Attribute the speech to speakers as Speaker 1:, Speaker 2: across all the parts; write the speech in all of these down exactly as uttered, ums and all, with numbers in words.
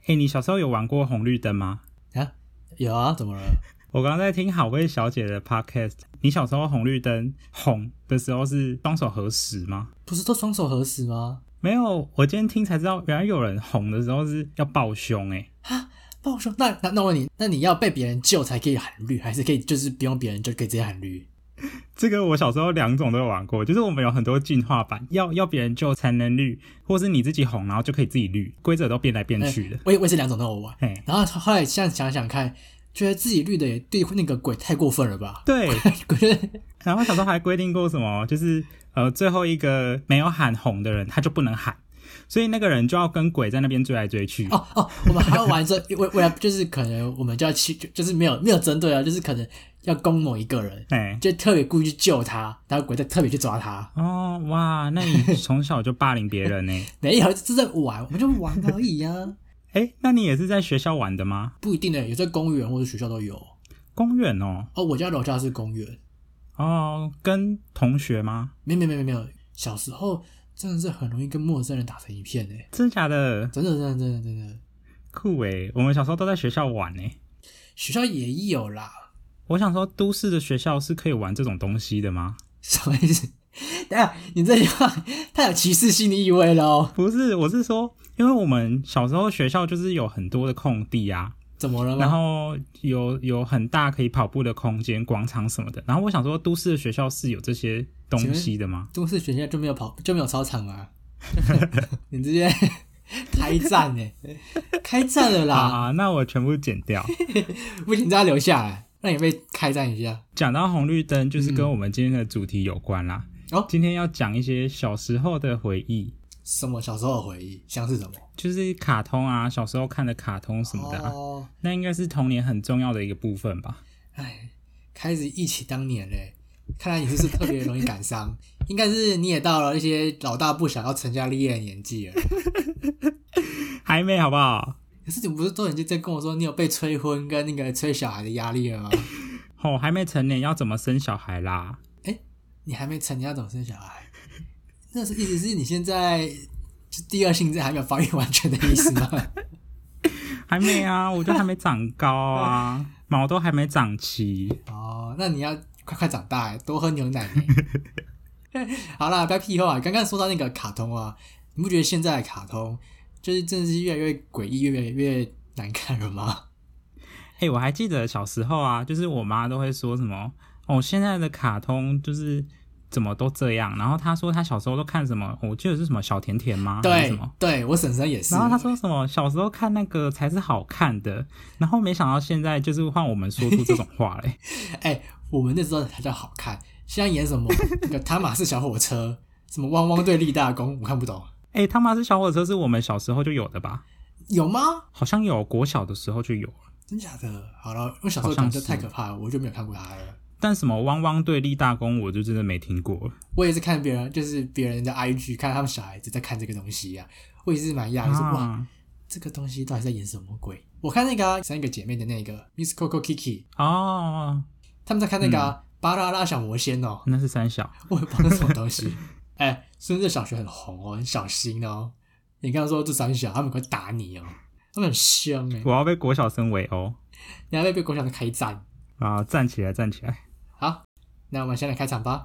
Speaker 1: 欸，你小时候有玩过红绿灯吗？
Speaker 2: 啊，有啊，怎么了？
Speaker 1: 我刚刚在听好味小姐的 podcast， 你小时候红绿灯红的时候是双手合十吗？
Speaker 2: 不是都双手合十吗？
Speaker 1: 没有，我今天听才知道，原来有人红的时候是要抱胸欸。
Speaker 2: 哈，抱胸？那那那我问你，那你要被别人救才可以喊绿，还是可以就是不用别人就可以直接喊绿？
Speaker 1: 这个我小时候两种都有玩过，就是我们有很多进化版，要要别人救才能绿，或是你自己红然后就可以自己绿，规则都变来变去的。
Speaker 2: 欸、我也我也是两种都有玩，然后后来现在想想看，觉得自己绿的也对那个鬼太过分了吧？
Speaker 1: 对，然后小时候还规定过什么，就是呃最后一个没有喊红的人他就不能喊。所以那个人就要跟鬼在那边追来追去。
Speaker 2: 哦哦，我们还要玩这为为了就是可能我们就要去，就是没有没有针对啊，就是可能要攻某一个人，
Speaker 1: 欸、
Speaker 2: 就特别故意去救他，然后鬼再特别去抓他。
Speaker 1: 哦哇，那你从小就霸凌别人呢？
Speaker 2: 没有，这是在玩，我们就玩而已啊。
Speaker 1: 哎、欸，那你也是在学校玩的吗？
Speaker 2: 不一定的，有在公园或者学校都有。
Speaker 1: 公园哦？
Speaker 2: 哦，我家楼下是公园。
Speaker 1: 哦，跟同学吗？
Speaker 2: 没有没有没有没有，小时候真的是很容易跟陌生人打成一片诶。
Speaker 1: 真的假的？
Speaker 2: 真的真的真的真的
Speaker 1: 酷诶，我们小时候都在学校玩诶。
Speaker 2: 学校也有啦。
Speaker 1: 我想说都市的学校是可以玩这种东西的吗？
Speaker 2: 什么意思？等一下，你这句话太有歧视性的意味了哦。
Speaker 1: 不是，我是说因为我们小时候学校就是有很多的空地啊，
Speaker 2: 怎么了吗？
Speaker 1: 然后有有很大可以跑步的空间、广场什么的。然后我想说，都市的学校是有这些东西的吗？
Speaker 2: 都市学校就没有跑就没有操场吗？你直接开战呢、欸？开战了啦！
Speaker 1: 啊，那我全部剪掉。
Speaker 2: 不行，这要留下来，让你被开战一下。
Speaker 1: 讲到红绿灯，就是跟我们今天的主题有关啦。
Speaker 2: 哦，
Speaker 1: 今天要讲一些小时候的回忆。
Speaker 2: 什么小时候的回忆？像是什么？
Speaker 1: 就是卡通啊，小时候看的卡通什么的啊。哦，那应该是童年很重要的一个部分吧。
Speaker 2: 哎，开始忆起当年嘞，看来你是不是特别容易感伤？应该是你也到了一些老大不小要成家立业的年纪了。
Speaker 1: 还没好不好？
Speaker 2: 可是你不是都已经在跟我说你有被催婚跟那个催小孩的压力了吗？
Speaker 1: 哦，还没成年要怎么生小孩啦？
Speaker 2: 哎，你还没成年要怎么生小孩？那是意思是你现在就第二性征还没有发育完全的意思吗？
Speaker 1: 还没啊，我就还没长高啊，毛都还没长齐。
Speaker 2: 哦，那你要快快长大，多喝牛奶。好啦，不要屁话。刚刚说到那个卡通啊，你不觉得现在的卡通就是真的是越来越诡异，越来越难看了吗？
Speaker 1: 哎、欸，我还记得小时候啊，就是我妈都会说什么哦，现在的卡通就是怎么都这样。然后她说她小时候都看什么，我记得是什么小甜甜吗？
Speaker 2: 对，
Speaker 1: 什么？
Speaker 2: 对我婶婶也是。
Speaker 1: 然后她说什么小时候看那个才是好看的，然后没想到现在就是换我们说出这种话嘞。
Speaker 2: 哎欸，我们那时候才叫好看，现在演什么那个汤马士小火车，什么汪汪队立大功，我看不懂。
Speaker 1: 哎、欸，汤马士小火车是我们小时候就有的吧？
Speaker 2: 有吗？
Speaker 1: 好像有，国小的时候就有了。
Speaker 2: 真假的？好了，我小时候感觉太可怕了，我就没有看过它了。
Speaker 1: 但什么汪汪队立大功，我就真的没听过了。
Speaker 2: 我也是看别人，就是别人的 I G 看他们小孩子在看这个东西啊，我也是蛮讶异，说哇，这个东西到底在演什么鬼？我看那个、啊、三个姐妹的那个 Miss Coco Kiki
Speaker 1: 哦，
Speaker 2: 他们在看那个、啊嗯、巴啦啦小魔仙哦，
Speaker 1: 那是三小，
Speaker 2: 我也不知道是什么东西。哎、欸，是不是小学很红哦，很小心哦？你刚刚说这三小，他们会打你哦。他们很凶欸，
Speaker 1: 我要被国小生围殴，
Speaker 2: 你要被被国小生开战
Speaker 1: 啊！站起来，站起来！
Speaker 2: 好，那我们先来开场吧。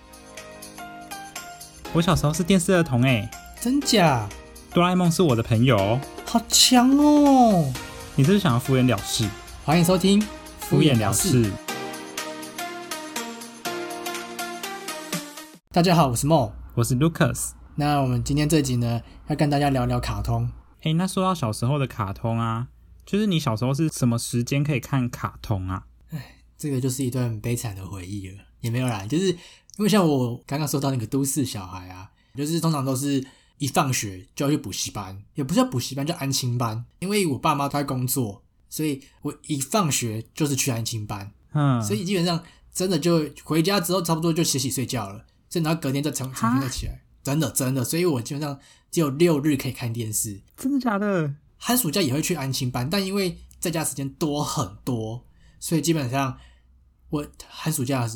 Speaker 1: 我小时候是电视儿童欸，
Speaker 2: 真假？
Speaker 1: 哆啦 A 梦是我的朋友，
Speaker 2: 好强哦！
Speaker 1: 你是不是想要敷衍了事？
Speaker 2: 欢迎收听
Speaker 1: 敷衍了事。
Speaker 2: 大家好，我是 Mo，
Speaker 1: 我是 Lucas。
Speaker 2: 那我们今天这集呢，要跟大家聊聊卡通。
Speaker 1: 欸，那说到小时候的卡通啊，就是你小时候是什么时间可以看卡通啊？
Speaker 2: 唉，这个就是一段悲惨的回忆了。也没有啦，就是因为像我刚刚说到那个都市小孩啊，就是通常都是一放学就要去补习班，也不叫补习班，叫安亲班。因为我爸妈都在工作，所以我一放学就是去安亲班。嗯，所以基本上真的就回家之后差不多就洗洗睡觉了，所以然后隔天再重重新再起来。真的真的，所以我基本上只有六日可以看电视。
Speaker 1: 真的假的？
Speaker 2: 寒暑假也会去安亲班，但因为在家时间多很多，所以基本上我寒暑假的时候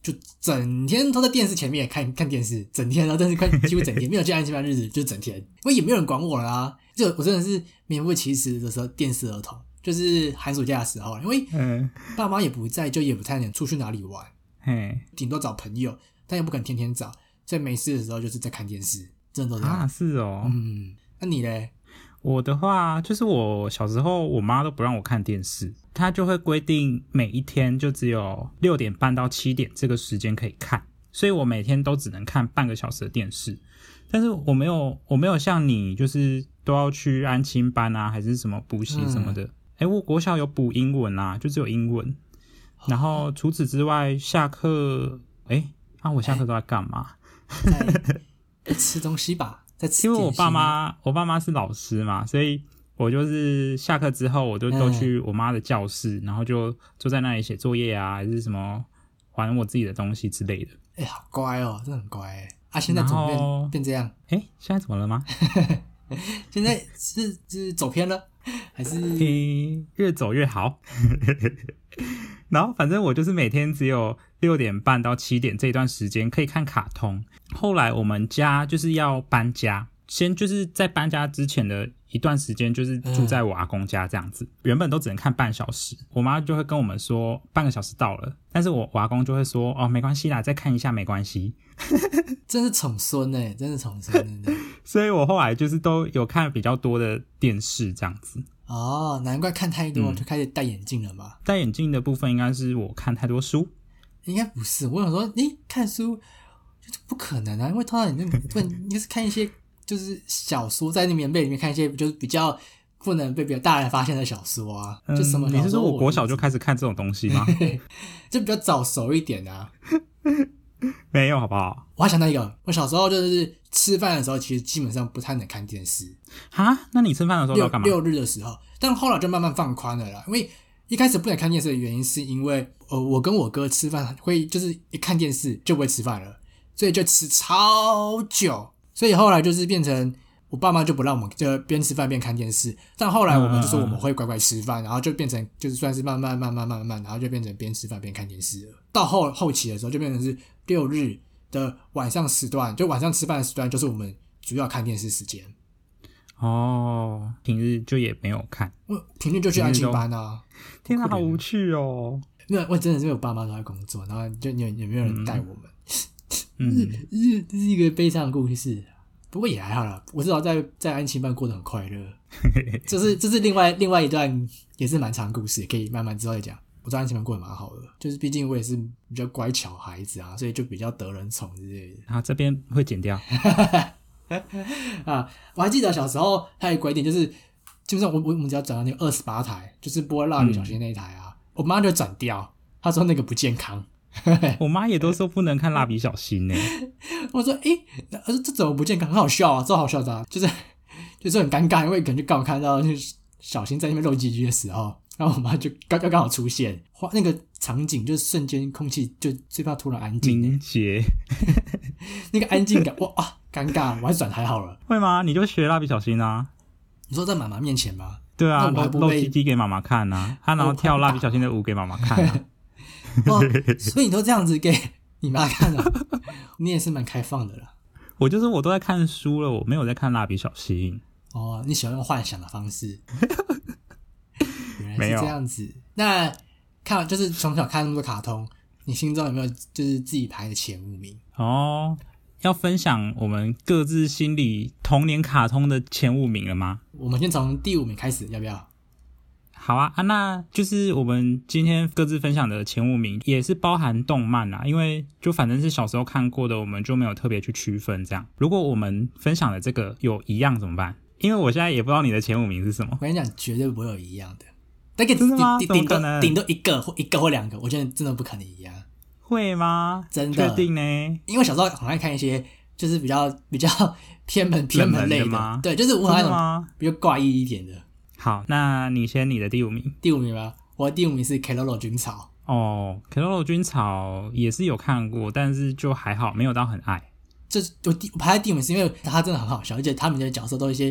Speaker 2: 就整天都在电视前面看看电视，整天啊，但是看几乎整天没有去安亲班日子，就整天，因为也没有人管我了啊。就我真的是名副其实的时候电视儿童，就是寒暑假的时候，因为爸妈也不在，就也不太能出去哪里玩，
Speaker 1: 嗯，
Speaker 2: 顶多找朋友，但也不可能天天找，所以没事的时候就是在看电视，真的都这样。
Speaker 1: 啊，是哦，
Speaker 2: 嗯，那你嘞？
Speaker 1: 我的话就是我小时候我妈都不让我看电视，她就会规定每一天就只有六点半到七点这个时间可以看，所以我每天都只能看半个小时的电视。但是我没有我没有像你就是都要去安亲班啊还是什么补习什么的。嗯欸，我国小有补英文啊，就只有英文。然后除此之外下课欸啊我下课都在干嘛？
Speaker 2: 在吃东西吧。
Speaker 1: 因为我爸妈，我爸妈是老师嘛，所以我就是下课之后，我就都去我妈的教室，嗯、然后就坐在那里写作业啊，还是什么玩我自己的东西之类的。
Speaker 2: 哎、欸，好乖哦，真的很乖哎。啊，现在怎么变变这样？
Speaker 1: 哎、欸，现在怎么了吗？
Speaker 2: 现在是是走偏了，还是、
Speaker 1: 欸、越走越好？然后反正我就是每天只有六点半到七点这一段时间可以看卡通。后来我们家就是要搬家，先就是在搬家之前的一段时间就是住在我阿公家这样子，嗯、原本都只能看半小时，我妈就会跟我们说半个小时到了，但是我我阿公就会说哦没关系啦，再看一下没关系。
Speaker 2: 真是宠孙耶，真是宠孙的。
Speaker 1: 所以我后来就是都有看比较多的电视这样子。
Speaker 2: 哦，难怪看太多、嗯、就开始戴眼镜了嘛。
Speaker 1: 戴眼镜的部分应该是我看太多书。
Speaker 2: 应该不是，我想说诶看书就不可能啊，因为通常你那个应该是看一些就是小说，在那棉被里面看一些就是比较不能被比较大人发现的小说啊。嗯、就什么小说？
Speaker 1: 你是说我国小就开始看这种东西吗？
Speaker 2: 就比较早熟一点啊。
Speaker 1: 没有好不好？
Speaker 2: 我还想到一个，我小时候就是吃饭的时候其实基本上不太能看电视。
Speaker 1: 哈？那你吃饭的时候要干嘛？
Speaker 2: 六日的时候，但后来就慢慢放宽了啦。因为一开始不能看电视的原因是因为呃，我跟我哥吃饭会就是一看电视就不会吃饭了，所以就吃超久，所以后来就是变成我爸妈就不让我们就边吃饭边看电视，但后来我们就说我们会乖乖吃饭，然后就变成就是算是慢慢慢慢慢慢，然后就变成边吃饭边看电视了。到后后期的时候就变成是六日的晚上时段，就晚上吃饭的时段就是我们主要看电视时间。
Speaker 1: 哦，平日就也没有看，
Speaker 2: 我平日就去安亲班啊。
Speaker 1: 天哪，好无趣哦！
Speaker 2: 因为我真的是因为我爸妈都在工作，然后就有有没有人带我们？
Speaker 1: 嗯，
Speaker 2: 这是一个悲伤的故事，不过也还好啦。我至少在在安亲班过得很快乐。这是这是另外另外一段也是蛮长的故事，可以慢慢之后再讲。我在安亲班过得蛮好的，就是毕竟我也是比较乖巧孩子啊，所以就比较得人宠之类的。
Speaker 1: 啊，这边会剪掉。
Speaker 2: 啊，我还记得小时候还有规定，就是基本上我我我们只要转到那个二十八台，就是播蜡笔小新那一台啊，嗯、我妈就转掉，她说那个不健康。
Speaker 1: 我妈也都说不能看蜡笔小新呢。
Speaker 2: 我说诶、欸，这怎么不健康？很好笑啊，超好笑的、啊，就是就是很尴尬，因为可能就刚好看到就是小新在那边露鸡鸡的时候，然后我妈就刚刚刚好出现，那个场景就瞬间空气就最怕突然安静、欸，
Speaker 1: 凝结，
Speaker 2: 那个安静感，哇啊！尴尬，我还转还好了。
Speaker 1: 会吗？你就学蜡笔小新啊？
Speaker 2: 你说在妈妈面前吗？
Speaker 1: 对啊，露鸡鸡给妈妈看啊，他、啊、然后跳蜡笔小新的舞给妈妈看啊。
Speaker 2: 哦，所以你都这样子给你妈看啊？你也是蛮开放的啦。
Speaker 1: 我就是我都在看书了，我没有在看蜡笔小新。
Speaker 2: 哦，你喜欢用幻想的方式。原来是这样子。那看就是从小看那么多卡通，你心中有没有就是自己排的前五名？
Speaker 1: 哦。要分享我们各自心里童年卡通的前五名了吗？
Speaker 2: 我们先从第五名开始，要不要？
Speaker 1: 好啊，啊那就是我们今天各自分享的前五名，也是包含动漫啦，因为就反正是小时候看过的，我们就没有特别去区分这样。如果我们分享的这个有一样怎么办？因为我现在也不知道你的前五名是什么。
Speaker 2: 我跟你讲，绝对不会有一样的。那个
Speaker 1: 真的吗？
Speaker 2: 顶多顶多一个或一个或两个，我觉得真的不可能一样。
Speaker 1: 会吗？
Speaker 2: 真的
Speaker 1: 确定呢？
Speaker 2: 因为小时候很爱看一些就是比较比较偏门偏门类的，
Speaker 1: 吗？
Speaker 2: 对，就是我很爱那种比较怪异一点的。
Speaker 1: 好，那你先你的第五名。
Speaker 2: 第五名吗？我的第五名是 Keroro 军草。
Speaker 1: 哦 Keroro 军草也是有看过，但是就还好，没有到很爱。
Speaker 2: 这我第我排在第五名是因为他真的很好笑，而且他们的角色都有一些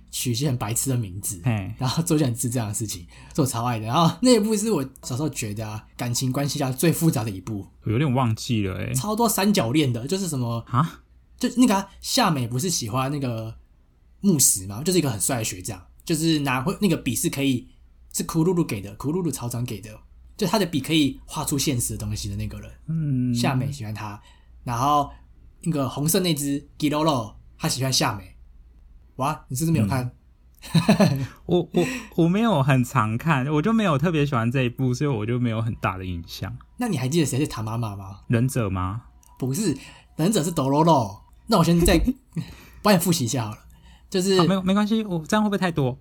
Speaker 2: 取一些很白痴的名字，
Speaker 1: 嘿，
Speaker 2: 然后做一些很智障的事情，这我超爱的。然后那一部是我小时候觉得啊，感情关系下最复杂的一部，
Speaker 1: 我有点忘记了诶。
Speaker 2: 超多三角恋的，就是什么
Speaker 1: 啊，
Speaker 2: 就那个、啊、夏美不是喜欢那个牧师吗？就是一个很帅的学长，就是拿那个笔是可以是库露露给的，库露露曹长给的，就他的笔可以画出现实的东西的那个人。
Speaker 1: 嗯，
Speaker 2: 夏美喜欢他，然后那个红色那只 Gilolo 他喜欢夏美。哇，你是不是没有看？
Speaker 1: 嗯、我我我没有很常看，我就没有特别喜欢这一部，所以我就没有很大的印象。
Speaker 2: 那你还记得谁是塔妈妈吗？
Speaker 1: 忍者吗？
Speaker 2: 不是，忍者是 Dororo。那我先再帮你复习一下好了，就是
Speaker 1: 没有没关系，我这样会不会太多？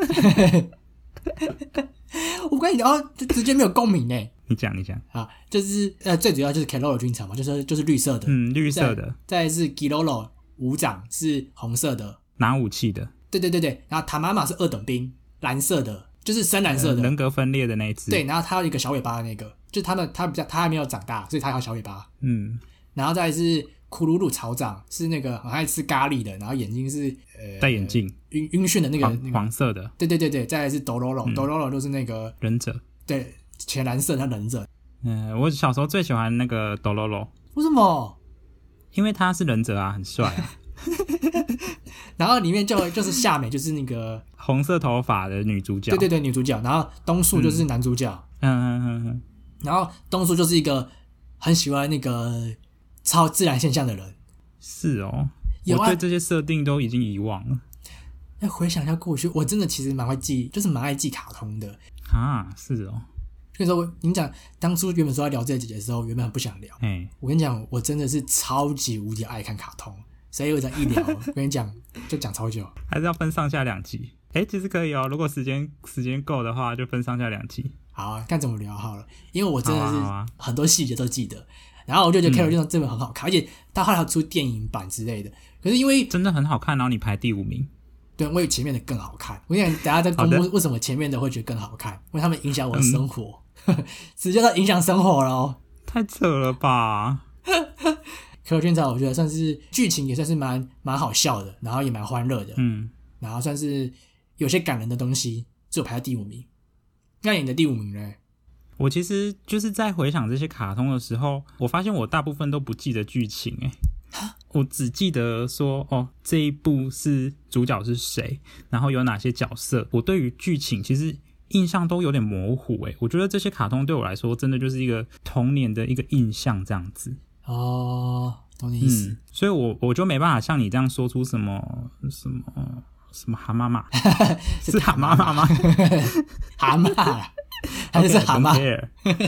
Speaker 2: 我跟你讲，哦，就直接没有共鸣呢。
Speaker 1: 你讲你讲
Speaker 2: 啊，就是呃，最主要就是 Keroro 军场嘛，就是就是绿色的，
Speaker 1: 嗯，绿色的。
Speaker 2: 再, 再是 Gilolo 武长是红色的，
Speaker 1: 拿武器的。
Speaker 2: 对对对对，然后塔妈妈是二等兵，蓝色的，就是深蓝色的，
Speaker 1: 呃、人格分裂的那一只。
Speaker 2: 对，然后他有一个小尾巴的那个，就是他们他比较他还没有长大，所以他还有小尾巴。
Speaker 1: 嗯，
Speaker 2: 然后再来是库鲁鲁草长，是那个很爱吃咖喱的，然后眼睛是呃
Speaker 1: 戴眼镜，
Speaker 2: 晕晕眩的那个
Speaker 1: 黄、
Speaker 2: 那个、
Speaker 1: 黄色的。
Speaker 2: 对对对对，再来是 Dororo，Dororo、嗯、就是那个
Speaker 1: 忍者，
Speaker 2: 对，浅蓝色他忍者。
Speaker 1: 嗯，我小时候最喜欢那个 Dororo。
Speaker 2: 为什么？
Speaker 1: 因为他是忍者啊，很帅啊。
Speaker 2: 然后里面就就是夏美，就是那个
Speaker 1: 红色头发的女主角。
Speaker 2: 对对对，女主角。然后东树就是男主角。
Speaker 1: 嗯嗯嗯嗯。
Speaker 2: 然后东树就是一个很喜欢那个超自然现象的人。
Speaker 1: 是哦，
Speaker 2: 有啊、
Speaker 1: 我对这些设定都已经遗忘了。
Speaker 2: 要回想一下过去，我真的其实蛮会记，就是蛮爱记卡通的
Speaker 1: 啊。是哦。
Speaker 2: 所以说，你讲当初原本说要聊这姐姐的时候，原本很不想聊。
Speaker 1: 哎，
Speaker 2: 我跟你讲，我真的是超级无敌爱看卡通。所以我一聊，我跟你讲，就讲超久，
Speaker 1: 还是要分上下两集。哎，其实可以哦，如果时间时间够的话，就分上下两集。
Speaker 2: 好啊，看怎么聊好了，因为我真的是很多细节都记得。
Speaker 1: 啊啊、
Speaker 2: 然后我就觉得《Keroro》这本很好看，嗯、而且他后来出电影版之类的。可是因为
Speaker 1: 真的很好看，然后你排第五名，
Speaker 2: 对，我有前面的更好看。我跟你讲，等一下再公布为什么前面的会觉得更好看，因为他们影响我的生活，嗯、直接到影响生活了哦，
Speaker 1: 太扯了吧！
Speaker 2: 可军草我觉得算是剧情也算是蛮蛮好笑的，然后也蛮欢乐的，
Speaker 1: 嗯，
Speaker 2: 然后算是有些感人的东西，只有排在第五名。那你的第五名呢？
Speaker 1: 我其实就是在回想这些卡通的时候，我发现我大部分都不记得剧情诶、欸，我只记得说哦，这一部是主角是谁，然后有哪些角色。我对于剧情其实印象都有点模糊诶、欸，我觉得这些卡通对我来说真的就是一个童年的一个印象这样子。
Speaker 2: 哦，懂你意思。
Speaker 1: 嗯，所以我我就没办法像你这样说出什么什么什么蛤蟆嘛，是蛤蟆妈吗？
Speaker 2: 蛤蟆，还是蛤蟆？
Speaker 1: Okay,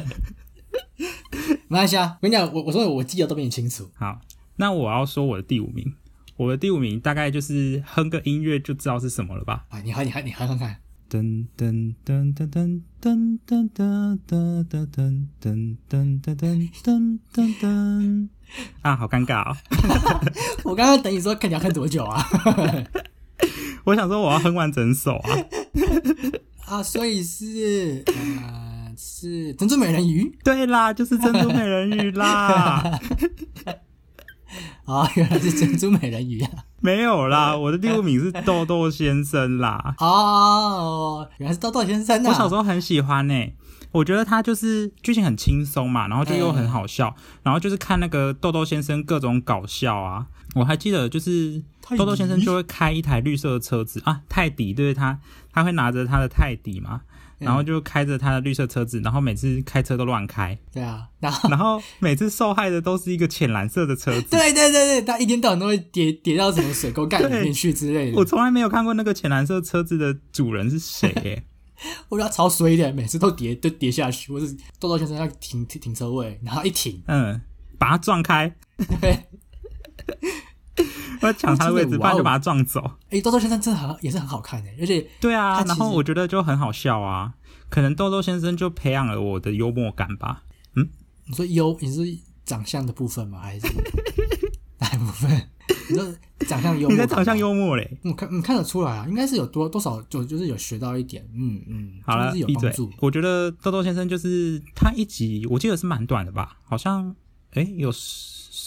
Speaker 2: 没关系啊，我跟你讲，我我说我记得都比你清楚。
Speaker 1: 好，那我要说我的第五名，我的第五名大概就是哼个音乐就知道是什么了吧？
Speaker 2: 啊，你哼，你哼，你哼看看。
Speaker 1: 噔噔噔噔噔噔噔噔噔噔噔噔噔噔噔噔噔啊，好尴尬哦！
Speaker 2: 我刚刚等你说看你要看多久啊？
Speaker 1: 我想说我要哼完整首啊！
Speaker 2: 啊，所以是呃是珍珠美人鱼？
Speaker 1: 对啦，就是珍珠美人鱼啦！
Speaker 2: 啊、哦，原来是珍珠美人鱼啊！
Speaker 1: 没有啦，我的第五名是豆豆先生啦。
Speaker 2: 哦，原来是豆豆先生啊！
Speaker 1: 我小时候很喜欢诶、欸，我觉得他就是剧情很轻松嘛，然后就又很好笑，欸、然后就是看那个豆豆先生各种搞笑啊。我还记得就是豆豆先生就会开一台绿色的车子啊，泰迪，对，他他会拿着他的泰迪嘛。然后就开着他的绿色车子，然后每次开车都乱开。
Speaker 2: 对啊，然后
Speaker 1: 然后每次受害的都是一个浅蓝色的车子。
Speaker 2: 对对对对，他一天到晚都会跌跌到什么水沟盖里面去之类的。
Speaker 1: 我从来没有看过那个浅蓝色车子的主人是谁耶。
Speaker 2: 我觉得他超衰的，每次都跌都跌下去，或是豆豆先生要停停停车位，然后一停，
Speaker 1: 嗯，把他撞开。
Speaker 2: 对。
Speaker 1: 我要抢他的位置，不然就把他撞走。
Speaker 2: 哎、欸，豆豆先生真的很也是很好看的，而且
Speaker 1: 对啊，然后我觉得就很好笑啊。可能豆豆先生就培养了我的幽默感吧。嗯，
Speaker 2: 你说幽，你是长相的部分吗？还是哪一部分？你说长相幽默？
Speaker 1: 你在长相幽默嘞？
Speaker 2: 我看你看得出来啊，应该是有多多少就就是有学到一点。嗯嗯，
Speaker 1: 好了，
Speaker 2: 就是有帮助。
Speaker 1: 我觉得豆豆先生就是他一集，我记得是蛮短的吧，好像哎有十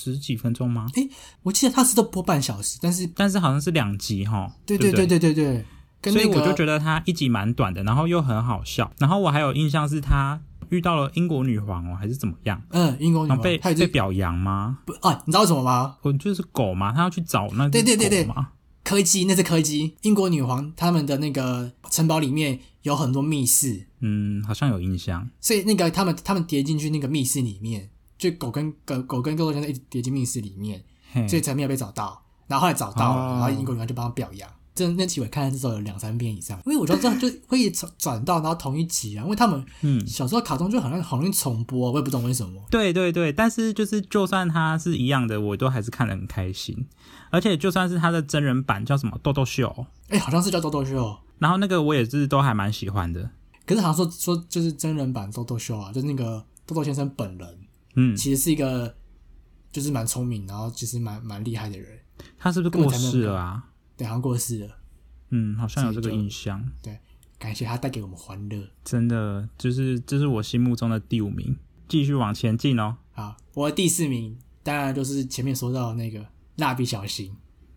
Speaker 1: 十几分钟吗？
Speaker 2: 诶，我记得它是都播半小时，但是
Speaker 1: 但是好像是两集齁。
Speaker 2: 对对对对对对，跟那个、
Speaker 1: 所以我就觉得它一集蛮短的，然后又很好笑。然后我还有印象是他遇到了英国女皇哦，还是怎么样？
Speaker 2: 嗯，英国女皇
Speaker 1: 被
Speaker 2: 她
Speaker 1: 被表扬吗？
Speaker 2: 不啊，你知道为什么吗？
Speaker 1: 我就是狗嘛，他要去找那只狗嘛。
Speaker 2: 对对对对，柯基，那是柯基。英国女皇他们的那个城堡里面有很多密室，
Speaker 1: 嗯，好像有印象。
Speaker 2: 所以那个他们他们跌进去那个密室里面，就狗跟狗狗跟豆豆先生一直跌进密室里面，所以才没有被找到。然后后来找到了，哦、然后英国女皇就帮他表扬。真的那期我看至少有两三遍以上，因为我觉得这样就会转到然后同一集啊，因为他们小时候卡通就好像好容易重播，我也不懂为什么。
Speaker 1: 对对对，但是就是就算它是一样的，我都还是看得很开心。而且就算是它的真人版叫什么豆豆秀，
Speaker 2: 哎，好像是叫豆豆秀，
Speaker 1: 然后那个我也是都还蛮喜欢的。
Speaker 2: 可是好像说说就是真人版豆豆秀啊，就是那个豆豆先生本人，
Speaker 1: 嗯，
Speaker 2: 其实是一个就是蛮聪明，然后其实蛮蛮厉害的人。
Speaker 1: 他是不是过世了啊？
Speaker 2: 对，好像过世了。
Speaker 1: 嗯，好像有这个印象。
Speaker 2: 对，感谢他带给我们欢乐。
Speaker 1: 真的，就是这是我心目中的第五名。继续往前进哦。
Speaker 2: 好，我的第四名当然就是前面说到的那个蜡笔小新。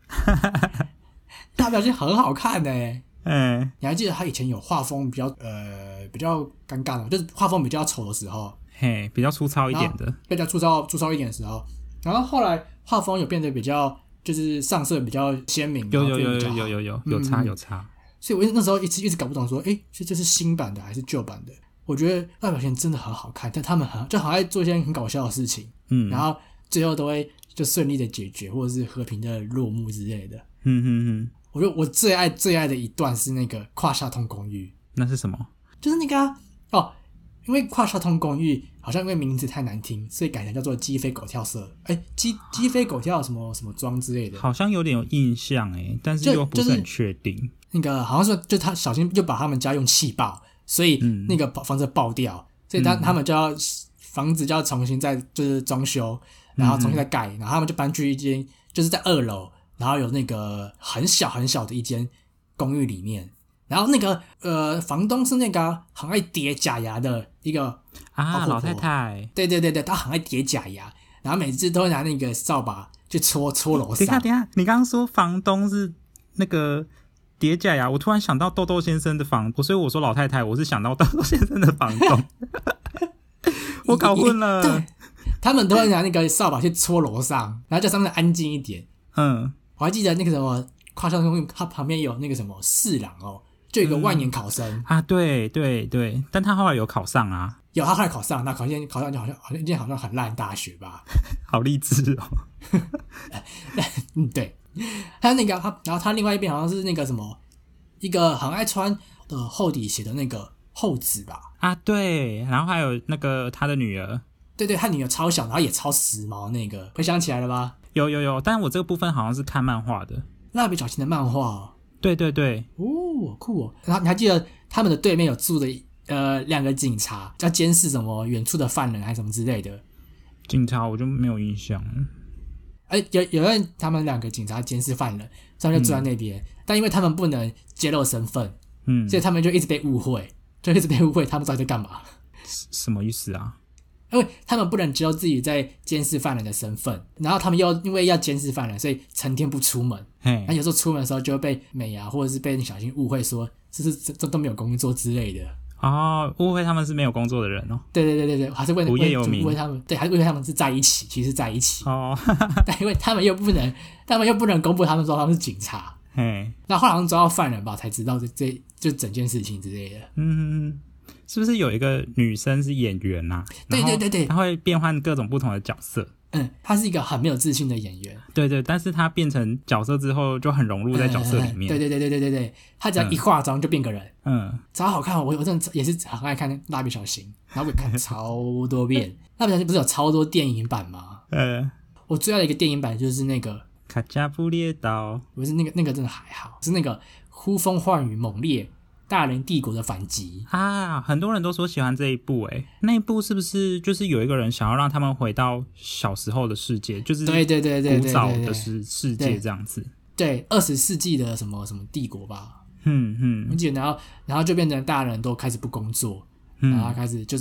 Speaker 2: 蜡笔小新很好看的诶。
Speaker 1: 嗯，
Speaker 2: 你还记得他以前有画风比较呃比较尴尬的，就是画风比较丑的时候，
Speaker 1: 嘿，比较粗糙一点的，
Speaker 2: 比较粗糙粗糙一点的时候，然后后来画风有变得比较。就是上色比较鲜明，
Speaker 1: 有有有有有有有有差有差、嗯，
Speaker 2: 所以我那时候一直一直搞不懂说，哎，这这是新版的还是旧版的？我觉得蜡笔小新真的很好看，但他们很就好爱做一些很搞笑的事情，嗯，然后最后都会就顺利的解决，或者是和平的落幕之类的，
Speaker 1: 嗯哼哼。
Speaker 2: 我觉得我最爱最爱的一段是那个跨下通公寓，
Speaker 1: 那是什么？
Speaker 2: 就是那个、啊、哦。因为跨下通公寓好像因为名字太难听，所以改成叫做鸡飞狗跳社。哎，鸡鸡飞狗跳什么什么庄之类的，
Speaker 1: 好像有点有印象哎，但是又不是很确定。就是、
Speaker 2: 那个好像说，就他小心就把他们家用气爆，所以那个房子爆掉，嗯、所以他他们就要房子就要重新再就是装修，然后重新再盖，然后他们就搬去一间就是在二楼，然后有那个很小很小的一间公寓里面。然后那个呃，房东是那个很爱叠假牙的一个
Speaker 1: 啊老太太，
Speaker 2: 对对对对，她很爱叠假牙，然后每次都会拿那个扫把去戳戳楼上。
Speaker 1: 等一下等一下，你刚刚说房东是那个叠假牙，我突然想到豆豆先生的房，所以我说老太太，我是想到豆豆先生的房东，我搞混了。
Speaker 2: 对，他们都会拿那个扫把去戳楼上，然后叫上面安静一点。
Speaker 1: 嗯，
Speaker 2: 我还记得那个什么跨校公寓，它旁边有那个什么四郎哦。就有一个万年考生、嗯、
Speaker 1: 啊，对对对，但他后来有考上啊，
Speaker 2: 有他后来考上，那考上考上就好像好像一件好像很烂大学吧，
Speaker 1: 好励志哦。
Speaker 2: 嗯，对，还有那个他，然后他另外一边好像是那个什么，一个很爱穿的厚底鞋的那个厚子吧，
Speaker 1: 啊对，然后还有那个他的女儿，
Speaker 2: 对对，他女儿超小，然后也超时髦，那个回想起来了吧？
Speaker 1: 有有有，但我这个部分好像是看漫画的，
Speaker 2: 蜡笔小新的漫画、哦。
Speaker 1: 对对对，
Speaker 2: 哦，酷哦！然后你还记得他们的对面有住的呃两个警察，要监视什么远处的犯人还是什么之类的？
Speaker 1: 警察我就没有印象了。
Speaker 2: 哎，有有人他们两个警察监视犯人，所以就住在那边、嗯，但因为他们不能揭露身份，嗯，所以他们就一直被误会，就一直被误会，他们到底在干嘛？
Speaker 1: 什么意思啊？
Speaker 2: 因为他们不能知道自己在监视犯人的身份，然后他们又因为要监视犯人，所以成天不出门。然后有时候出门的时候就会被美伢或者是被小新误会说这是这都没有工作之类的。
Speaker 1: 哦，误会他们是没有工作的人哦。
Speaker 2: 对对对对对，还是为了
Speaker 1: 无业游民，
Speaker 2: 误会他们，对，还是误会他们是在一起，其实是在一起。
Speaker 1: 哦，
Speaker 2: 但因为他们又不能，他们又不能公布他们说他们是警察。
Speaker 1: 嘿，
Speaker 2: 那后来好像抓到犯人吧，才知道这这就整件事情之类的。
Speaker 1: 嗯。是不是有一个女生是演员呐、啊？
Speaker 2: 对对对对，
Speaker 1: 她会变换各种不同的角色。
Speaker 2: 嗯，她是一个很没有自信的演员。
Speaker 1: 对对，但是她变成角色之后就很融入在角色里面。
Speaker 2: 嗯、对对对对对对对，她只要一化妆就变个人。
Speaker 1: 嗯，
Speaker 2: 超好看，我我真的也是很爱看蜡笔小新，然后我看超多遍。蜡笔小新不是有超多电影版吗？
Speaker 1: 呃，
Speaker 2: 我最爱的一个电影版就是那个
Speaker 1: 卡加布列岛，
Speaker 2: 不是那个那个真的还好，是那个呼风唤雨猛烈。大人帝国的反击
Speaker 1: 啊，很多人都说喜欢这一部诶，那一部是不是就是有一个人想要让他们回到小时候的世界，就是
Speaker 2: 对对对对
Speaker 1: 古早的世世界这样子，
Speaker 2: 对，二十世纪的什么什么帝国吧，
Speaker 1: 嗯嗯，
Speaker 2: 而且然后然后就变成大人都开始不工作，嗯、然后开始就是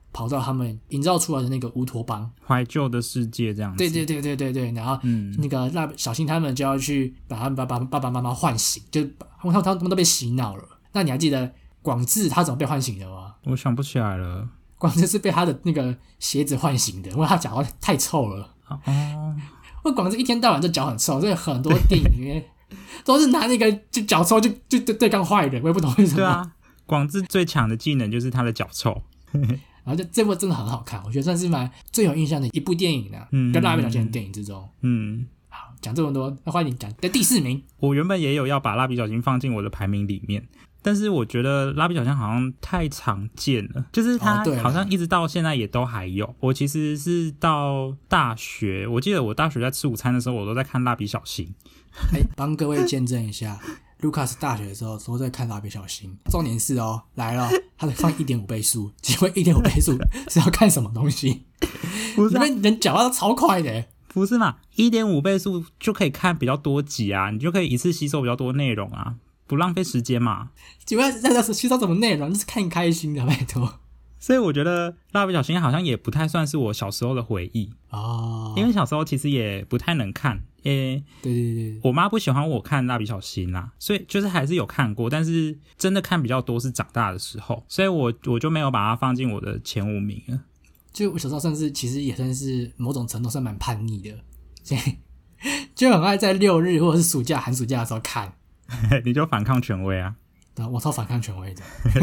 Speaker 2: 跑到他们营造出来的那个乌托邦
Speaker 1: 怀旧的世界这样子。
Speaker 2: 对对对对对对，然后、嗯、那个蜡小新他们就要去把他们爸爸爸爸妈妈唤醒，就他们他们都被洗脑了。那你还记得广志他怎么被唤醒的吗？
Speaker 1: 我想不起来了。
Speaker 2: 广志是被他的那个鞋子唤醒的，因为他脚太臭了。
Speaker 1: 哦，
Speaker 2: 因为广志一天到晚就脚很臭，所以很多电影里面都是拿那个就脚臭就就对抗坏人，我也不懂为什么。
Speaker 1: 对啊，广志最强的技能就是他的脚臭。
Speaker 2: 然后就这部真的很好看，我觉得算是蛮最有印象的一部电影呢、啊，嗯，跟蜡笔小新的电影之中。嗯，好，讲这么多，那换你讲的第四名。
Speaker 1: 我原本也有要把蜡笔小新放进我的排名里面，但是我觉得蜡笔小新好像太常见了，就是它好像一直到现在也都还有。我其实是到大学，我记得我大学在吃午餐的时候，我都在看蜡笔小新。
Speaker 2: 哎，帮各位见证一下。卢卡斯大学的时候都在看蜡笔小新，重点是哦，来了，他得放 一点五 倍速，请问 一点五 倍速是要看什么东西？不是、啊，你们人讲话都超快的，
Speaker 1: 不是嘛 ？一点五 倍速就可以看比较多集啊，你就可以一次吸收比较多内容啊，不浪费时间嘛。
Speaker 2: 请问在这吸收什么内容？就是看开心的，拜托。
Speaker 1: 所以我觉得蜡笔小新好像也不太算是我小时候的回忆哦，因为小时候其实也不太能看，诶，
Speaker 2: 对对对，
Speaker 1: 我妈不喜欢我看蜡笔小新啦，所以就是还是有看过，但是真的看比较多是长大的时候，所以我我就没有把它放进我的前五名了。
Speaker 2: 就我小时候算是其实也算是某种程度上蛮叛逆的，所以就很爱在六日或者是暑假寒暑假的时候看。
Speaker 1: 你就反抗权威啊？
Speaker 2: 对，我超反抗权威的。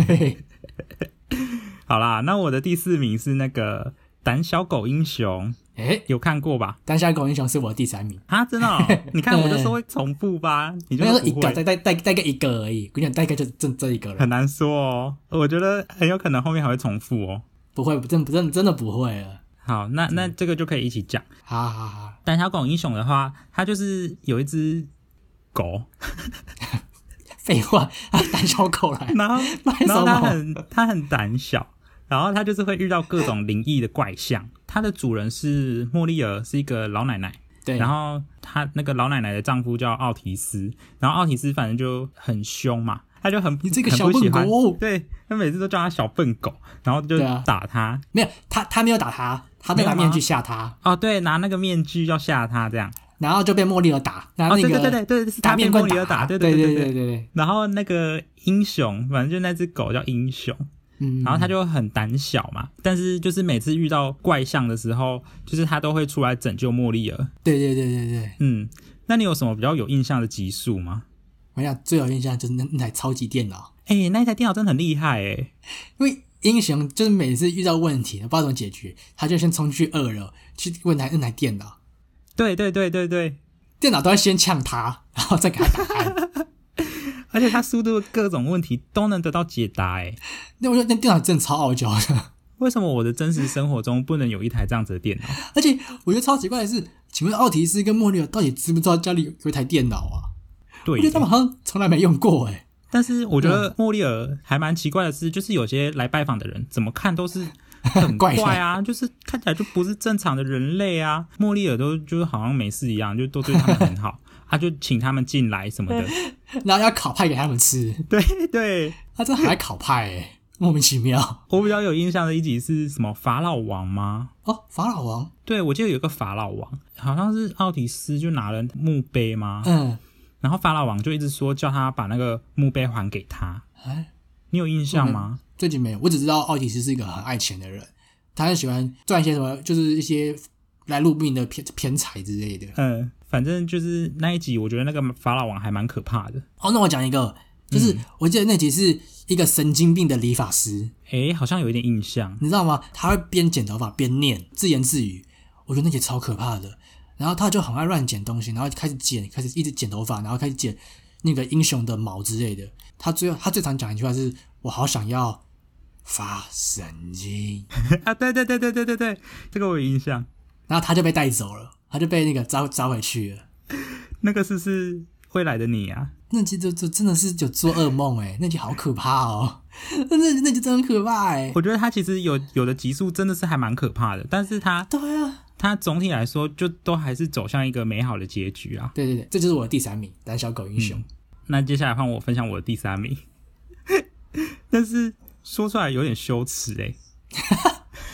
Speaker 1: 好啦，那我的第四名是那个胆小狗英雄，
Speaker 2: 诶，
Speaker 1: 有看过吧？
Speaker 2: 胆小狗英雄是我的第三名
Speaker 1: 啊，真的、哦？你看我就说会重复吧，你就说
Speaker 2: 一个，大概大概一个而已，我跟你讲，大概就这这一个了，
Speaker 1: 很难说哦。我觉得很有可能后面还会重复哦。
Speaker 2: 不会，真真真的不会了。
Speaker 1: 好，那那这个就可以一起讲。
Speaker 2: 好好好，
Speaker 1: 胆小狗英雄的话，它就是有一只狗。
Speaker 2: 废话，胆小狗来，
Speaker 1: 然后然后它很它很胆小，然后它就是会遇到各种灵异的怪象。它的主人是茉莉儿，是一个老奶奶，对，然后她那个老奶奶的丈夫叫奥提斯，然后奥提斯反正就很凶嘛，他就很
Speaker 2: 你这个小笨狗，
Speaker 1: 对，他每次都叫他小笨狗，然后就打他。
Speaker 2: 啊、没有，他他没有打他，他在拿面具吓他。
Speaker 1: 哦，对，拿那个面具要吓他这样。
Speaker 2: 然后就被茉莉儿打，然后那个、
Speaker 1: 哦、对对对对，是他被茉莉儿打，对对对对 对, 对, 对, 对。然后那个英雄，反正就那只狗叫英雄，嗯，然后他就很胆小嘛，但是就是每次遇到怪象的时候，就是他都会出来拯救茉莉儿。
Speaker 2: 对对对对对，
Speaker 1: 嗯，那你有什么比较有印象的集数吗？
Speaker 2: 我想最有印象就是那那台超级电脑，
Speaker 1: 哎、欸，那台电脑真的很厉害哎、欸，
Speaker 2: 因为英雄就是每次遇到问题，不知道怎么解决，他就先冲去二楼去问台那台电脑。
Speaker 1: 对对对对对，
Speaker 2: 电脑都要先呛他，然后再给他答案，
Speaker 1: 而且他速度各种问题都能得到解答哎。
Speaker 2: 那我觉得那电脑真的超傲娇的。
Speaker 1: 为什么我的真实生活中不能有一台这样子的电脑？
Speaker 2: 而且我觉得超奇怪的是，请问奥提斯跟茉莉儿到底知不知道家里有一台电脑啊？
Speaker 1: 对，
Speaker 2: 我觉得他们好像从来没用过哎。
Speaker 1: 但是我觉得茉莉儿还蛮奇怪的是，就是有些来拜访的人怎么看都是很怪啊，就是看起来就不是正常的人类啊。茉莉儿都就是好像没事一样，就都对他们很好，他、啊、就请他们进来什么的，
Speaker 2: 然后要烤派给他们吃。
Speaker 1: 对对，
Speaker 2: 他真的很爱烤派哎，莫名其妙。
Speaker 1: 我比较有印象的一集是什么法老王吗？
Speaker 2: 哦，法老王，
Speaker 1: 对，我记得有个法老王，好像是奥提斯就拿了墓碑吗？嗯。然后法老王就一直说叫他把那个墓碑还给他，哎，你有印象吗？
Speaker 2: 最近没有，我只知道奥提斯是一个很爱钱的人，他很喜欢赚一些什么，就是一些来路不明的偏偏财之类的。
Speaker 1: 嗯，反正就是那一集，我觉得那个法老王还蛮可怕的。
Speaker 2: 哦，那我讲一个，就是我记得那集是一个神经病的理发师，
Speaker 1: 哎、嗯，好像有一点印象，
Speaker 2: 你知道吗？他会边剪头发边念自言自语，我觉得那集超可怕的。然后他就很爱乱剪东西，然后开始剪，开始一直剪头发，然后开始剪那个英雄的毛之类的。他最后他最常讲一句话是：“我好想要发神经
Speaker 1: 啊！”对对对对对对对，这个我有印象。
Speaker 2: 然后他就被带走了，他就被那个招招回去了。
Speaker 1: 那个是不是未来的你啊？
Speaker 2: 那集就就真的是有做噩梦哎，那集好可怕哦，那那集真的很可怕哎。
Speaker 1: 我觉得他其实有有的集数真的是还蛮可怕的，但是他
Speaker 2: 对啊。
Speaker 1: 它总体来说就都还是走向一个美好的结局啊！
Speaker 2: 对对对，这就是我的第三名，胆小狗英雄、嗯。
Speaker 1: 那接下来换我分享我的第三名，但是说出来有点羞耻哎、欸。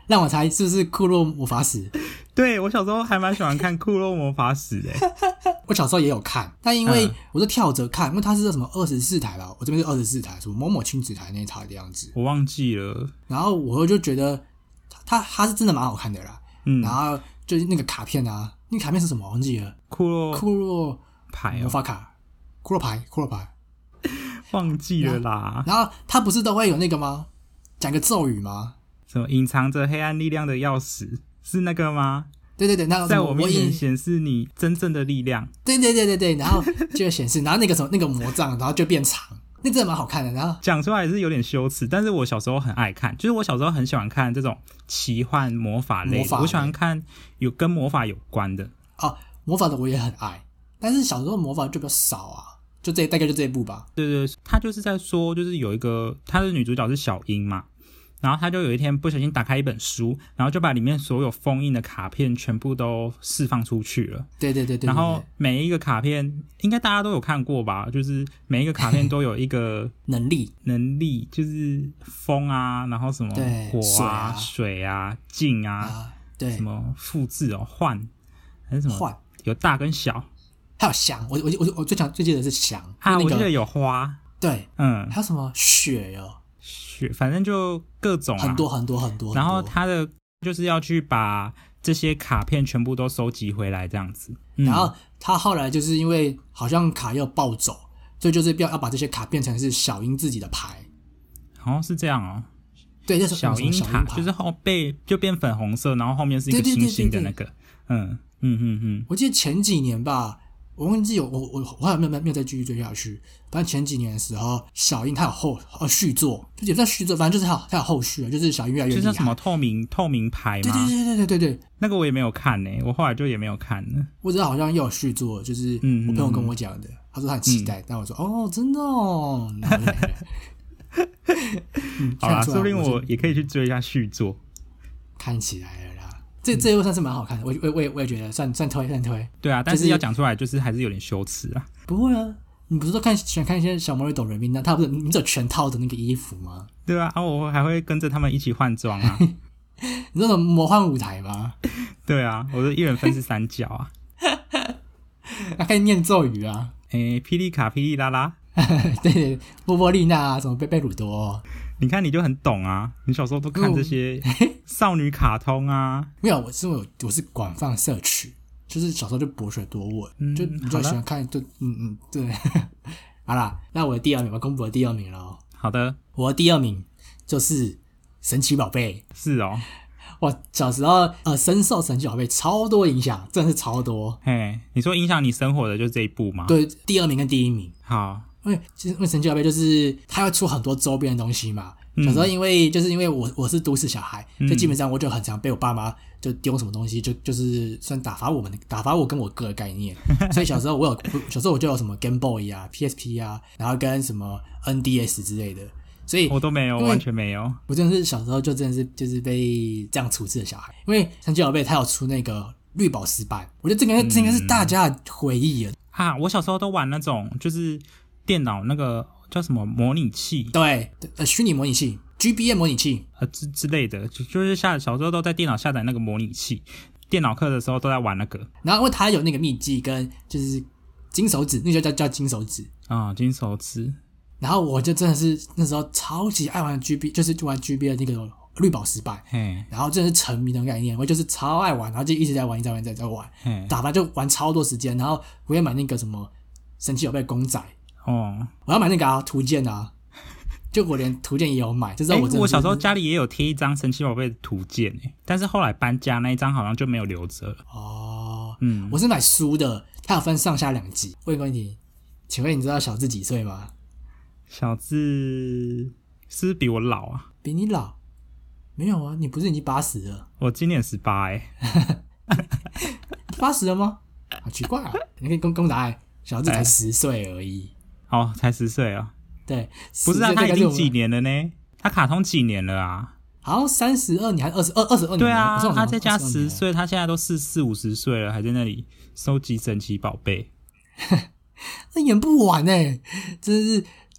Speaker 2: 让我猜是不是库洛魔法使？
Speaker 1: 对，我小时候还蛮喜欢看库洛魔法使的。
Speaker 2: 我小时候也有看，但因为我是跳着看，因为它是什么二十四台吧，我这边是二十四台，什么某某亲子台那一台的样子，
Speaker 1: 我忘记了。
Speaker 2: 然后我就觉得它它是真的蛮好看的啦。
Speaker 1: 嗯，
Speaker 2: 然后就是那个卡片啊，那个卡片是什么？我忘记了。
Speaker 1: 库洛
Speaker 2: 库洛
Speaker 1: 牌、哦、
Speaker 2: 魔法卡，库洛牌，库洛牌，
Speaker 1: 忘记了啦。
Speaker 2: 然后它不是都会有那个吗？讲个咒语吗？
Speaker 1: 什么隐藏着黑暗力量的钥匙是那个吗？
Speaker 2: 对对对，那
Speaker 1: 在我面前显示你真正的力量。
Speaker 2: 对对对对对，然后就显示，然后那个什么那个魔杖，然后就变长，那真的蛮好看的。然后
Speaker 1: 讲出来也是有点羞耻，但是我小时候很爱看，就是我小时候很喜欢看这种奇幻魔法类的，
Speaker 2: 魔法类
Speaker 1: 我喜欢看有跟魔法有关的。
Speaker 2: 哦，魔法的我也很爱，但是小时候魔法就比较少啊，就这大概就这一部吧。
Speaker 1: 对对，他就是在说，就是有一个他的女主角是小樱嘛。然后他就有一天不小心打开一本书，然后就把里面所有封印的卡片全部都释放出去了。
Speaker 2: 对对 对, 对, 对, 对，
Speaker 1: 然后每一个卡片应该大家都有看过吧，就是每一个卡片都有一个
Speaker 2: 能力
Speaker 1: 能力，就是风啊，然后什么火啊、水啊、镜啊，
Speaker 2: 啊对，
Speaker 1: 什么复制哦、换还是什么
Speaker 2: 换，
Speaker 1: 有大跟小，
Speaker 2: 还有翔，我我我我最想最记得是翔
Speaker 1: 啊、
Speaker 2: 那個，
Speaker 1: 我记得有花，
Speaker 2: 对，
Speaker 1: 嗯，
Speaker 2: 还有什么雪哦。
Speaker 1: 反正就各种、啊、
Speaker 2: 很多很多很多，
Speaker 1: 然后他的就是要去把这些卡片全部都收集回来这样子、嗯、
Speaker 2: 然后他后来就是因为好像卡要暴走，所以就是要要把这些卡变成是小樱自己的牌，
Speaker 1: 好像是这样哦。
Speaker 2: 对，就是
Speaker 1: 小樱卡，就是后背就变粉红色，然后后面是一个星星的那个，嗯嗯嗯嗯。
Speaker 2: 我记得前几年吧，我忘记有我我我后来没有没有再继续追下去。反正前几年的时候，小樱它有后呃续作，就也不算续作，反正就是它有它有后续啊，就是小樱越来越厉害。
Speaker 1: 就是什么透明透明牌吗？
Speaker 2: 对对对对对对对，
Speaker 1: 那个我也没有看呢、欸，我后来就也没有看了。
Speaker 2: 我知道好像又有续作，就是我朋友跟我讲的，嗯、他说他很期待，嗯、但我说哦真的哦。
Speaker 1: 嗯、好啦，说不定我也可以去追一下续作。
Speaker 2: 看起来了啦，这这一部算是蛮好看的，我我我也我也觉得算算推算推。
Speaker 1: 对啊，但是要讲出来就是还是有点羞耻啊。
Speaker 2: 不会啊。你不是说看喜欢看一些小魔女哆瑞咪，那他不是你只有全套的那个衣服吗？
Speaker 1: 对啊，啊我还会跟着他们一起换装啊。
Speaker 2: 你说什么魔幻舞台吗？
Speaker 1: 对啊，我的一人分饰三角啊。
Speaker 2: 还可以念咒语啊。
Speaker 1: 诶，霹雳卡霹雳拉拉。
Speaker 2: 对对，波波丽娜啊，什么贝贝鲁多、哦。
Speaker 1: 你看你就很懂啊，你小时候都看这些少女卡通啊。
Speaker 2: 没有，我是我我是广泛摄取。就是小时候就博学多闻、嗯，就你就喜欢看，就嗯嗯对。好啦，那我的第二名，我公布了第二名了。
Speaker 1: 好的，
Speaker 2: 我的第二名就是神奇宝贝。
Speaker 1: 是哦，
Speaker 2: 我小时候呃深受神奇宝贝超多影响，真的是超多。
Speaker 1: 嘿，你说影响你生活的就是这一部吗？
Speaker 2: 对，第二名跟第一名。
Speaker 1: 好，
Speaker 2: 因为其实因为神奇宝贝就是它会出很多周边的东西嘛。小时候因为就是因为我我是都市小孩，就基本上我就很常被我爸妈就丢什么东西，就就是算打发我们的打发我跟我哥的概念。所以小时候我有小时候我就有什么 Game Boy 啊、P S P 啊，然后跟什么 N D S 之类的。所以
Speaker 1: 我都没有，完全没有。
Speaker 2: 我真的是小时候就真的是就是被这样处置的小孩。因为神奇宝贝它有出那个绿宝石版，我觉得这个这应该是大家的回忆了、嗯、
Speaker 1: 啊！我小时候都玩那种就是电脑那个。叫什么模拟器？
Speaker 2: 对，呃，虚拟模拟器 ，G B A 模拟器，
Speaker 1: 呃之之类的，就就是下小时候都在电脑下载那个模拟器，电脑课的时候都在玩那个。
Speaker 2: 然后因为它有那个秘籍跟就是金手指，那就叫叫金手指
Speaker 1: 啊、哦，金手指。
Speaker 2: 然后我就真的是那时候超级爱玩 G B， 就是就玩 G B A 那个绿宝石版，
Speaker 1: 嘿，
Speaker 2: 然后真的是沉迷的概念，我就是超爱玩，然后就一直在玩，一直在玩，一直在玩，打完就玩超多时间。然后我也买那个什么神奇宝贝公仔。哦，我要买那个啊图鉴啊，就我连图鉴也有买，就知道我真的、欸、
Speaker 1: 我小时候家里也有贴一张神奇宝贝的图鉴诶，但是后来搬家那一张好像就没有留着了。
Speaker 2: 哦，嗯，我是买书的，它有分上下两集。问一个问题，请问你知道小智几岁吗？
Speaker 1: 小智是不是比我老啊？
Speaker 2: 比你老？没有啊，你不是已经八十了？
Speaker 1: 我今年十八诶。
Speaker 2: 八十了吗？好奇怪啊！你可以公公答案，小智才十岁而已。
Speaker 1: 哦，才十岁啊！
Speaker 2: 对，
Speaker 1: 不是啊，他已经几年了呢？他卡通几年了啊？
Speaker 2: 好像三十二年还是二十二二十二年？
Speaker 1: 对啊，他再加十岁，他现在都四四五十岁了，还在那里收集神奇宝贝，
Speaker 2: 那演不完哎、欸！真的是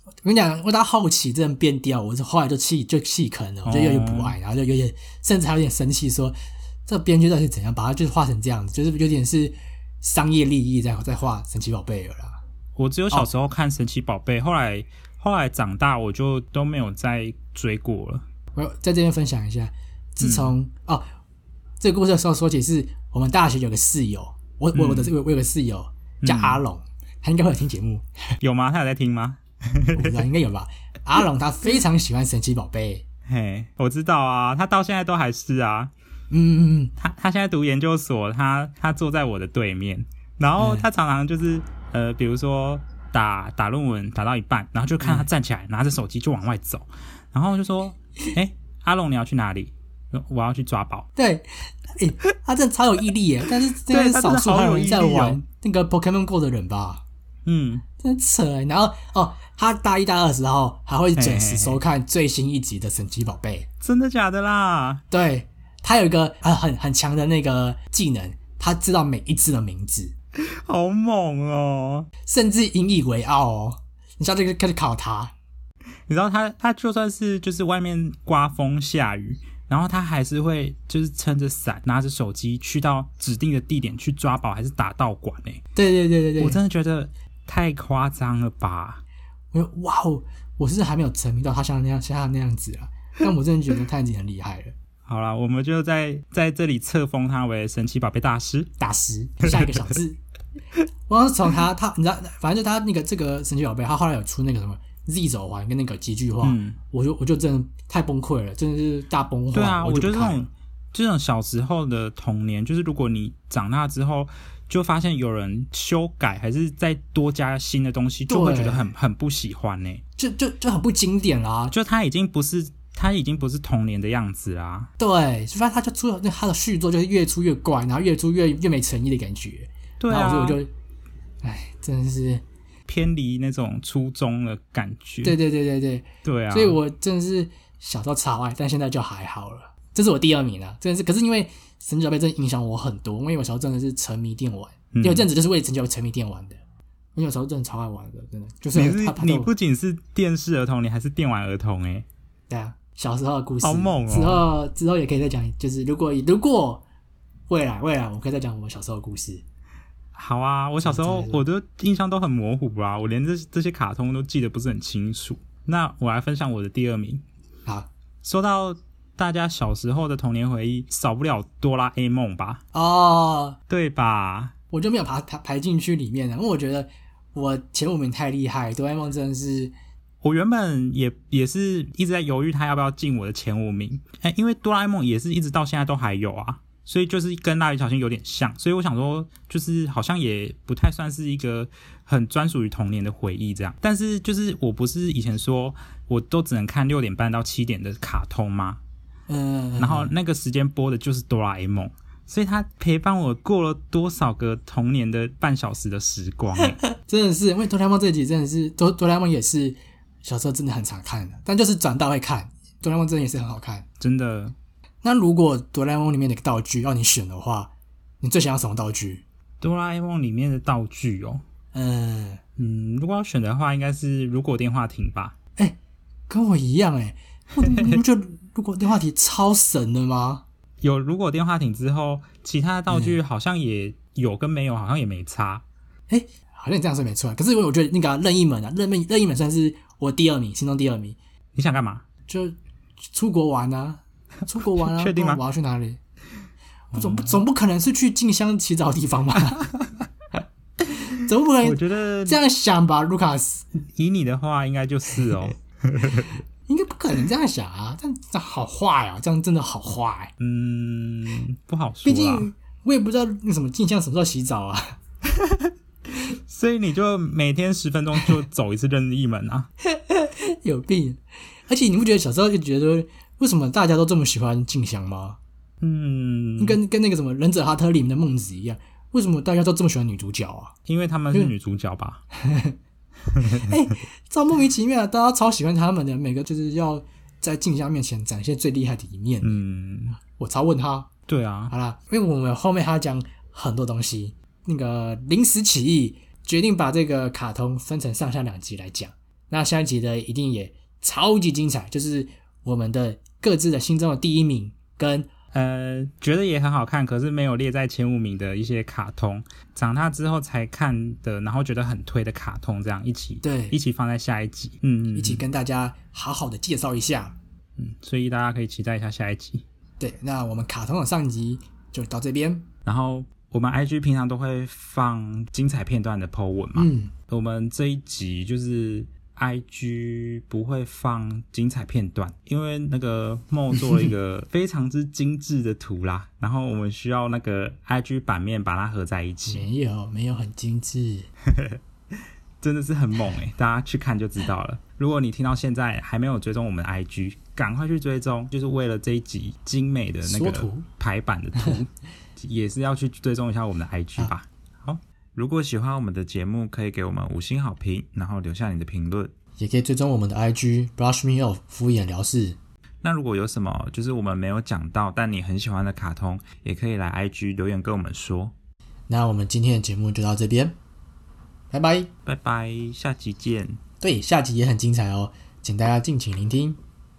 Speaker 2: 我跟你讲，我到后期真的变调，我是后来就弃就弃坑了，我就越来越不爱，然后就有点甚至还有点生气说，这编剧到底是怎样把它就是画成这样子，就是有点是商业利益在在画神奇宝贝了啦。
Speaker 1: 我只有小时候看神奇宝贝，哦、后来后来长大我就都没有再追过了。
Speaker 2: 我在这边分享一下，自从、嗯、哦这个故事的时候说起是我们大学有个室友，我我我的我有个室友叫阿龙、嗯，他应该会有听节目，
Speaker 1: 有吗？他有在听吗？
Speaker 2: 我不知道，应该有吧。阿龙他非常喜欢神奇宝贝，
Speaker 1: 嘿，我知道啊，他到现在都还是啊。
Speaker 2: 嗯嗯嗯，
Speaker 1: 他他现在读研究所，他他坐在我的对面，然后他常常就是、嗯、呃，比如说打打论文打到一半，然后就看他站起来、嗯、拿着手机就往外走，然后就说：“哎、欸，阿龙你要去哪里？我要去抓宝。”
Speaker 2: 对，欸、他真的超有毅力耶，但是这个是少数还有人在玩那个 Pokemon Go 的人吧？
Speaker 1: 嗯，
Speaker 2: 真扯耶。然后哦，他大一大二的时候还会准时收看最新一集的神奇宝贝，
Speaker 1: 真的假的啦？
Speaker 2: 对。他有一个呃很很强的那个技能，他知道每一只的名字，
Speaker 1: 好猛哦！
Speaker 2: 甚至引以为傲哦。你下次可以开始考他。
Speaker 1: 你知道他他就算是就是外面刮风下雨，然后他还是会就是撑着伞，拿着手机去到指定的地点去抓宝，还是打道馆哎、欸。
Speaker 2: 对对对对对，
Speaker 1: 我真的觉得太夸张了吧！
Speaker 2: 我说哇哦，我是还没有沉迷到他像那样像他那样子啊，但我真的觉得他已经很厉害了。
Speaker 1: 好啦，我们就在在这里册封他为神奇宝贝大师。
Speaker 2: 大师，下一个小字。我是从他他，你知道，反正就他那个这个神奇宝贝，他后来有出那个什么 Z 手环跟那个极巨化，嗯，我就我就真的太崩溃了，真的是大崩坏。
Speaker 1: 对啊，
Speaker 2: 我
Speaker 1: 觉得这种这种小时候的童年，就是如果你长大之后就发现有人修改，还是再多加新的东西，就会觉得很很不喜欢呢、欸，
Speaker 2: 就就就很不经典啦，
Speaker 1: 就他已经不是。他已经不是童年的样子啦，
Speaker 2: 对，所以他就出了他的续作，就是越出越怪，然后越出越越没诚意的感觉。
Speaker 1: 对啊，
Speaker 2: 然后我就，哎，真的是
Speaker 1: 偏离那种初衷的感觉。
Speaker 2: 对对对对对，对啊，所以我真的是小时候超爱，但现在就还好了。这是我第二名啊，真的是。可是因为神奇宝贝真的影响我很多，因为我小时候真的是沉迷电玩，嗯、有一阵子就是为了神奇宝贝沉迷电玩的。因为有时候真的超爱玩的，真的就是
Speaker 1: 你是你不仅是电视儿童，你还是电玩儿童哎、欸。
Speaker 2: 对啊。小时候的故事，
Speaker 1: 好猛哦！
Speaker 2: 之后之后也可以再讲，就是如果如果未来未来我可以再讲我小时候的故事。
Speaker 1: 好啊，我小时候我的印象都很模糊啦，我连这这些卡通都记得不是很清楚。那我来分享我的第二名。
Speaker 2: 好，
Speaker 1: 说到大家小时候的童年回忆，少不了哆啦 A 梦吧？
Speaker 2: 哦，
Speaker 1: 对吧？
Speaker 2: 我就没有把它排进去里面了，因为我觉得我前五名太厉害，哆啦 A 梦真的是。
Speaker 1: 我原本也也是一直在犹豫他要不要进我的前五名，欸、因为哆啦 A 梦也是一直到现在都还有啊，所以就是跟蜡笔小新有点像，所以我想说就是好像也不太算是一个很专属于童年的回忆这样。但是就是我不是以前说我都只能看六点半到七点的卡通吗？嗯，然后那个时间播的就是哆啦 A 梦，所以他陪伴我过了多少个童年的半小时的时光、欸、
Speaker 2: 真的是因为哆啦 A 梦这集真的是哆哆啦 A 梦也是小时候真的很常看的，但就是转到会看哆啦 A 梦真的也是很好看，
Speaker 1: 真的。
Speaker 2: 那如果哆啦 A 梦里面的道具要你选的话，你最想要什么道具？
Speaker 1: 哆啦 A 梦里面的道具哦，嗯嗯，如果要选的话，应该是如果电话亭吧。
Speaker 2: 哎、欸，跟我一样哎、欸，你不觉得如果电话亭超神的吗？
Speaker 1: 有如果电话亭之后，其他的道具好像也有跟没有，好像也没差。
Speaker 2: 哎、欸，好像你这样说没错，可是我觉得那个任意门啊，任意任意门算是我第二名，心中第二名。
Speaker 1: 你想干嘛？
Speaker 2: 就出国玩啊，出国玩啊。
Speaker 1: 确定吗？
Speaker 2: 我要去哪里？我总不总不可能是去静香洗澡的地方吧？总不可能？
Speaker 1: 我觉得
Speaker 2: 这样想吧，卢卡斯。
Speaker 1: 以你的话，应该就是哦。
Speaker 2: 应该不可能这样想啊，这样这样好坏啊，这样真的好坏。
Speaker 1: 嗯，不好说啦。
Speaker 2: 毕竟我也不知道那什么静香什么时候洗澡啊。
Speaker 1: 所以你就每天十分钟就走一次任意门啊？
Speaker 2: 有病！而且你不觉得小时候就觉得为什么大家都这么喜欢静香吗？嗯，跟跟那个什么忍者哈特里面的孟子一样，为什么大家都这么喜欢女主角啊？
Speaker 1: 因为他们是女主角吧？
Speaker 2: 哎、欸，超莫名其妙的，大家超喜欢他们的，每个就是要在静香面前展现最厉害的一面。嗯，我超问他。
Speaker 1: 对啊，
Speaker 2: 好啦，因为我们后面还要讲很多东西，那个临时起意决定把这个卡通分成上下两集来讲。 那下一集的一定也超级精彩，就是我们的各自的心中的第一名跟
Speaker 1: 呃觉得也很好看，可是没有列在前五名的一些卡通，长大之后才看的，然后觉得很推的卡通，这样一起
Speaker 2: 对
Speaker 1: 一起放在下一集，嗯, 嗯, 嗯
Speaker 2: 一起跟大家好好的介绍一下。
Speaker 1: 嗯，所以大家可以期待一下下一集。
Speaker 2: 对，那我们卡通的上集就到这边，
Speaker 1: 然后我们 I G 平常都会放精彩片段的 po 文嘛，
Speaker 2: 嗯，
Speaker 1: 我们这一集就是 I G 不会放精彩片段，因为那个 Mo 做了一个非常之精致的图啦，然后我们需要那个 I G 版面把它合在一起。
Speaker 2: 没有没有很精致
Speaker 1: 真的是很猛耶，大家去看就知道了。如果你听到现在还没有追踪我们的 I G， 赶快去追踪，就是为了这一集精美的那个排版的图也是要去追踪一下我们的 I G 吧。好，如果喜欢我们的节目，可以给我们五星好评，然后留下你的评论，
Speaker 2: 也可以追踪我们的 I G Brush Me Off 敷衍聊事。
Speaker 1: 那如果有什么就是我们没有讲到但你很喜欢的卡通，也可以来 I G 留言跟我们说。
Speaker 2: 那我们今天的节目就到这边，拜拜，
Speaker 1: 拜拜，下集见。
Speaker 2: 对，下集也很精彩哦，请大家敬请聆听。